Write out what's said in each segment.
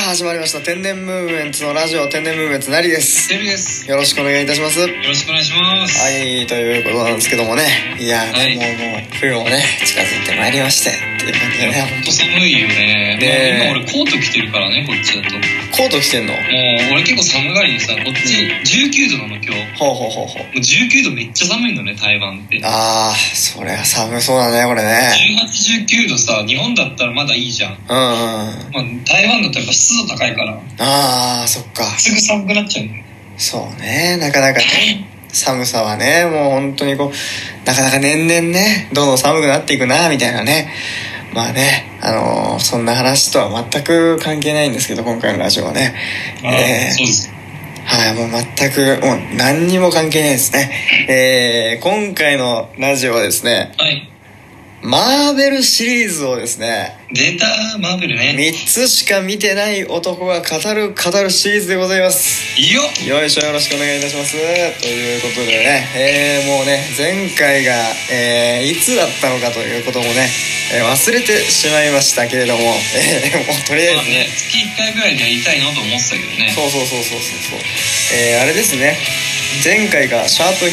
始まりました天然ムーブメンツのラジオ、天然ムーブメンツなりです。 てるです。 よろしくお願いいたします。よろしくお願いします。 はい、ということなんですけどもね、いやー、 はいもう冬もね近づいてまいりましてっていう感じでね、 ほんと寒いよね。 ね今俺コート着てるからね、こっちだと。 コート着てんの？ もう俺結構寒がりでさ、こっち19度なの今日。 ほうほうほうほう。 もう19度めっちゃ寒いのね、台湾って。 あー、それは寒そうだね、これね。 18、19度さ、日本だったらまだいいじゃん。 うんうん。 まあ、台湾だったらやっぱ湿度高いから、 あー、そっか。 すぐ寒くなっちゃうの。 そうね、なかなかね、寒さはね、もう本当にこう、なかなか年々ね、どんどん寒くなっていくな、みたいなね。まあね、そんな話とは全く関係ないんですけど、今回のラジオはね。 そうです。 はい、もう全く、もう何にも関係ないですね。今回のラジオはですね、 はい。 マーベルシリーズをですね、 出たマーベルね。 3つしか見てない男が語るシリーズでございます。 いいよ。 よいしょ、よろしくお願いいたします。ということでね、もうね、前回が、いつだったのかということもね、忘れてしまいましたけれども、もうとりあえずまあね、月1回ぐらいでやりたいなと思ってたけどね。 そう、あれですね、前回がシャープ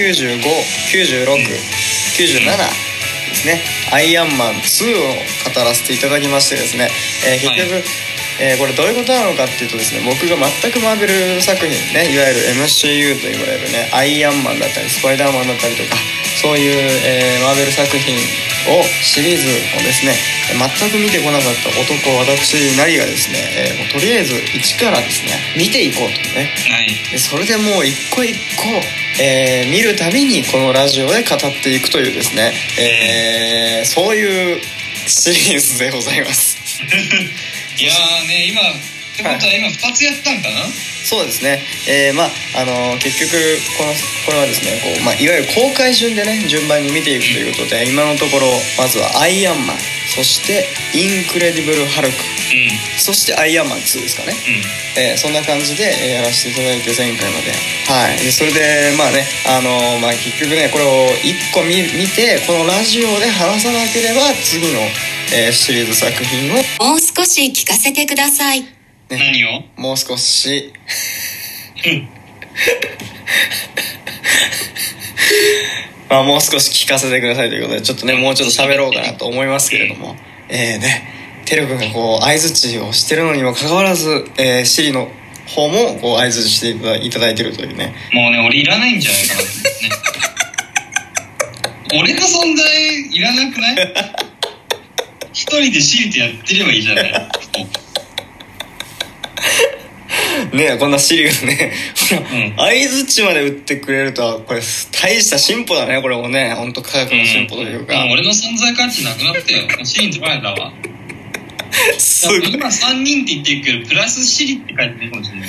195、96、97ですね、アイアンマン2を語らせていただきましてですね、結局、これどういうことなのかっていうとですね、僕が全くマーベル作品ね、いわゆる MCU と言われるね、アイアンマンだったりスパイダーマンだったりとか、そういう、マーベル作品をシリーズをですね全く見てこなかった男、私なりがですね、もうとりあえず一からですね見ていこうとね、 はい、 でそれでもう一個一個、見るたびにこのラジオで語っていくというですね、そういうシリーズでございますいやーね、今ってことは今2つやったんかな。 そうですね、結局これはですねこう、いわゆる公開順でね順番に見ていくということで、今のところまずはアイアンマン、そしてインクレディブル・ハルク、そしてアイアンマン2ですかね、そんな感じで、やらせていただいて前回まで、はい、でそれで結局ねこれを1個見てこのラジオで話さなければ次の、シリーズ作品をもう少し聞かせてください。 ね、 何を？ もう少しもう少し聞かせてくださいということで、ちょっとねもうちょっと喋ろうかなと思いますけれども、てるくんがこう相づちをしてるのにもかかわらず、シリの方もこう相づちしていただいてるというね、 もうね俺いらないんじゃないかなと思ってね俺の存在いらなくない？一人でシリとやってればいいじゃないねえ、こんなシリがね相づちまで打ってくれるとはこれ大した進歩だね。これもね本当科学の進歩というか、 俺の存在価値なくなったよシリに取られたわすごい今3人って言ってるけどプラスシリって書いてるかもしれない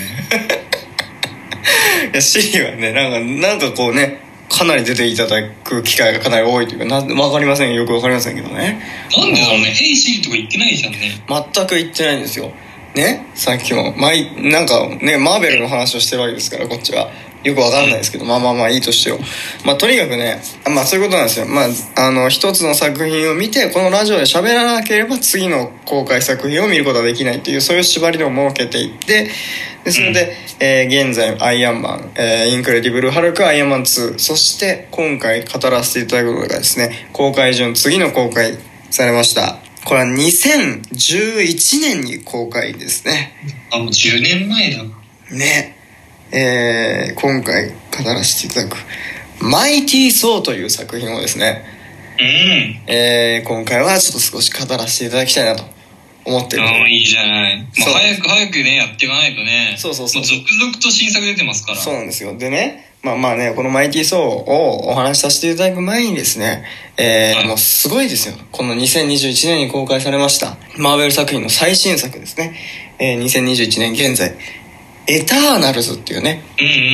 いやシリはねなんかこうねかなり出ていただく機会がかなり多いというか、分かりません、よく分かりませんけどね。 なんでだろうね、ヘイシリとか言ってないじゃんね。 全く言ってないんですよね。さっきもなんかねマーベルの話をしてるわけですから、こっちはよく分かんないですけど、まあいいとしてよ。とにかくね、そういうことなんですよ。一つの作品を見てこのラジオで喋らなければ次の公開作品を見ることはできないという、そういう縛りを設けていって、でそれで、現在アイアンマン、インクレディブル・ハルク、アイアンマン2、そして今回語らせていただくのがですね、公開順次の公開されました。これは2011年に公開ですね。 もう10年前だね。今回語らせていただくマイティー・ソーという作品をですね、今回はちょっと少し語らせていただきたいなと思ってる。 いいじゃない。早くねやっていかないとね。そうもう続々と新作出てますから。 そうなんですよ。でね、このマイティー・ソーをお話しさせていただく前にですね、もうすごいですよ。この2021年に公開されましたマーベル作品の最新作ですね、2021年現在エターナルズっていうね、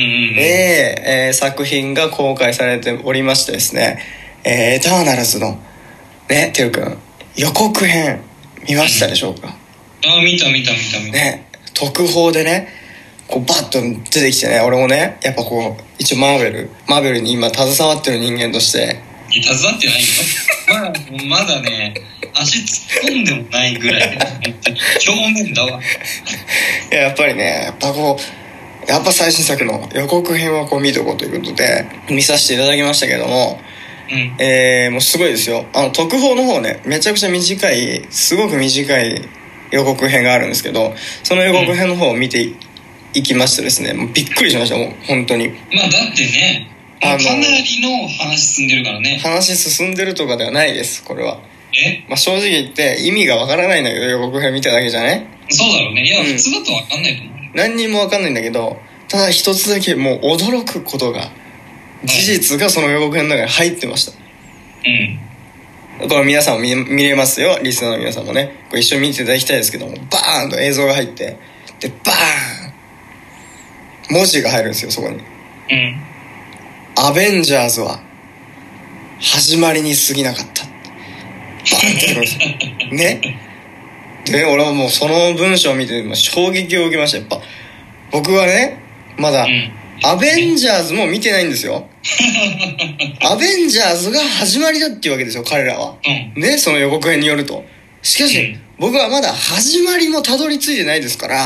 作品が公開されておりましてですね、エターナルズのね、てるくん予告編見ましたでしょうか？ 見たね、特報でねこうバッと出てきてね、俺もねやっぱこう一応マーベルに今携わってる人間としていたずらってないよ。まだね、足突っ込んでもないぐらい、表面だわ。 やっぱりね、やっぱ最新作の予告編は見とこうということで見させていただきましたけども、もうすごいですよ。特報の方ね、めちゃくちゃ短い、すごく短い予告編があるんですけど、その予告編の方を見ていきましてですね、もうびっくりしました。もう本当に。 だってね、かなりの話進んでるからね。 話進んでるとかではないです、これは。正直言って意味がわからないんだけど、予告編見ただけじゃね。 そうだろうね。いや、普通だとわかんないと思う。 何にもわかんないんだけど、ただ一つだけもう驚くことが、事実がその予告編の中に入ってました。これ皆さんも 見れますよ、リスナーの皆さんもね。これ一緒に見ていただきたいですけども、バーンと映像が入って、でバーン文字が入るんですよ、そこに。アベンジャーズは始まりに過ぎなかった。バーンって出てくるんですよね。で俺はもうその文章を見て衝撃を受けました。やっぱ僕はね、まだアベンジャーズも見てないんですよ。アベンジャーズが始まりだっていうわけですよ、彼らは。ね、その予告編によると。しかし、僕はまだ始まりもたどり着いてないですから、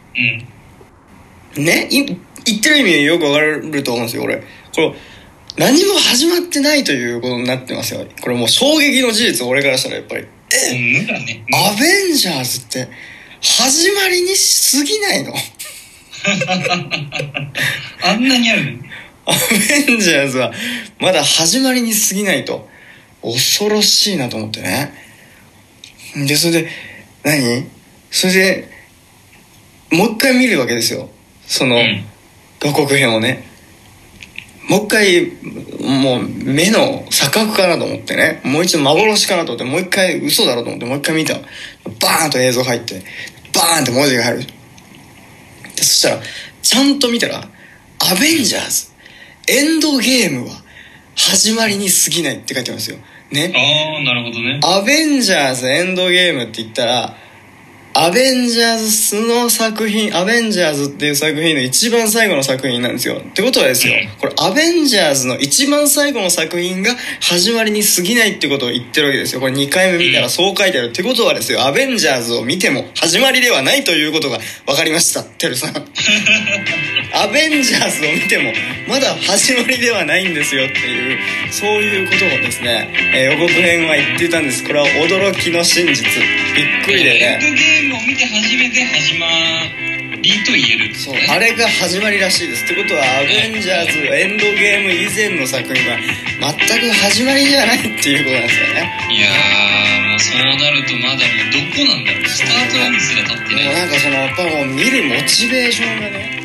ね、言ってる意味よくわかると思うんですよ、俺。これ、何も始まってないということになってますよ。これもう衝撃の事実、俺からしたらやっぱり。アベンジャーズって始まりに過ぎないの？ あんなにあるの？ アベンジャーズはまだ始まりに過ぎないと。恐ろしいなと思ってね。でそれでそれでもう一回見るわけですよ、その予告編をね。もう一回もう目の錯覚かなと思ってね、もう一度幻かなと思って、もう一回嘘だろうと思ってもう一回見た。バーンと映像入って、バーンって文字が入る。でそしたらちゃんと見たら、アベンジャーズエンドゲームは始まりに過ぎないって書いてますよね。 なるほどね。 アベンジャーズエンドゲームって言ったら、アベンジャーズの作品、アベンジャーズっていう作品の一番最後の作品なんですよ。ってことはですよ、これアベンジャーズの一番最後の作品が始まりに過ぎないってことを言ってるわけですよ。これ2回目見たらそう書いてあるってことはですよ、アベンジャーズを見ても始まりではないということが分かりました、てるさん。アベンジャーズを見てもまだ始まりではないんですよっていう、そういうことをですね、予告編は言っていたんです。これは驚きの真実、びっくりでね。 エンドゲームを見て初めて始まりと言える、ね、 そう、あれが始まりらしいです。ってことはアベンジャーズエンドゲーム以前の作品は全く始まりじゃないっていうことなんですよね。 いやー、もうそうなるとまだもうどこなんだろう、スタートラインすら立ってない。 もうなんかやっぱもう見るモチベーションがね、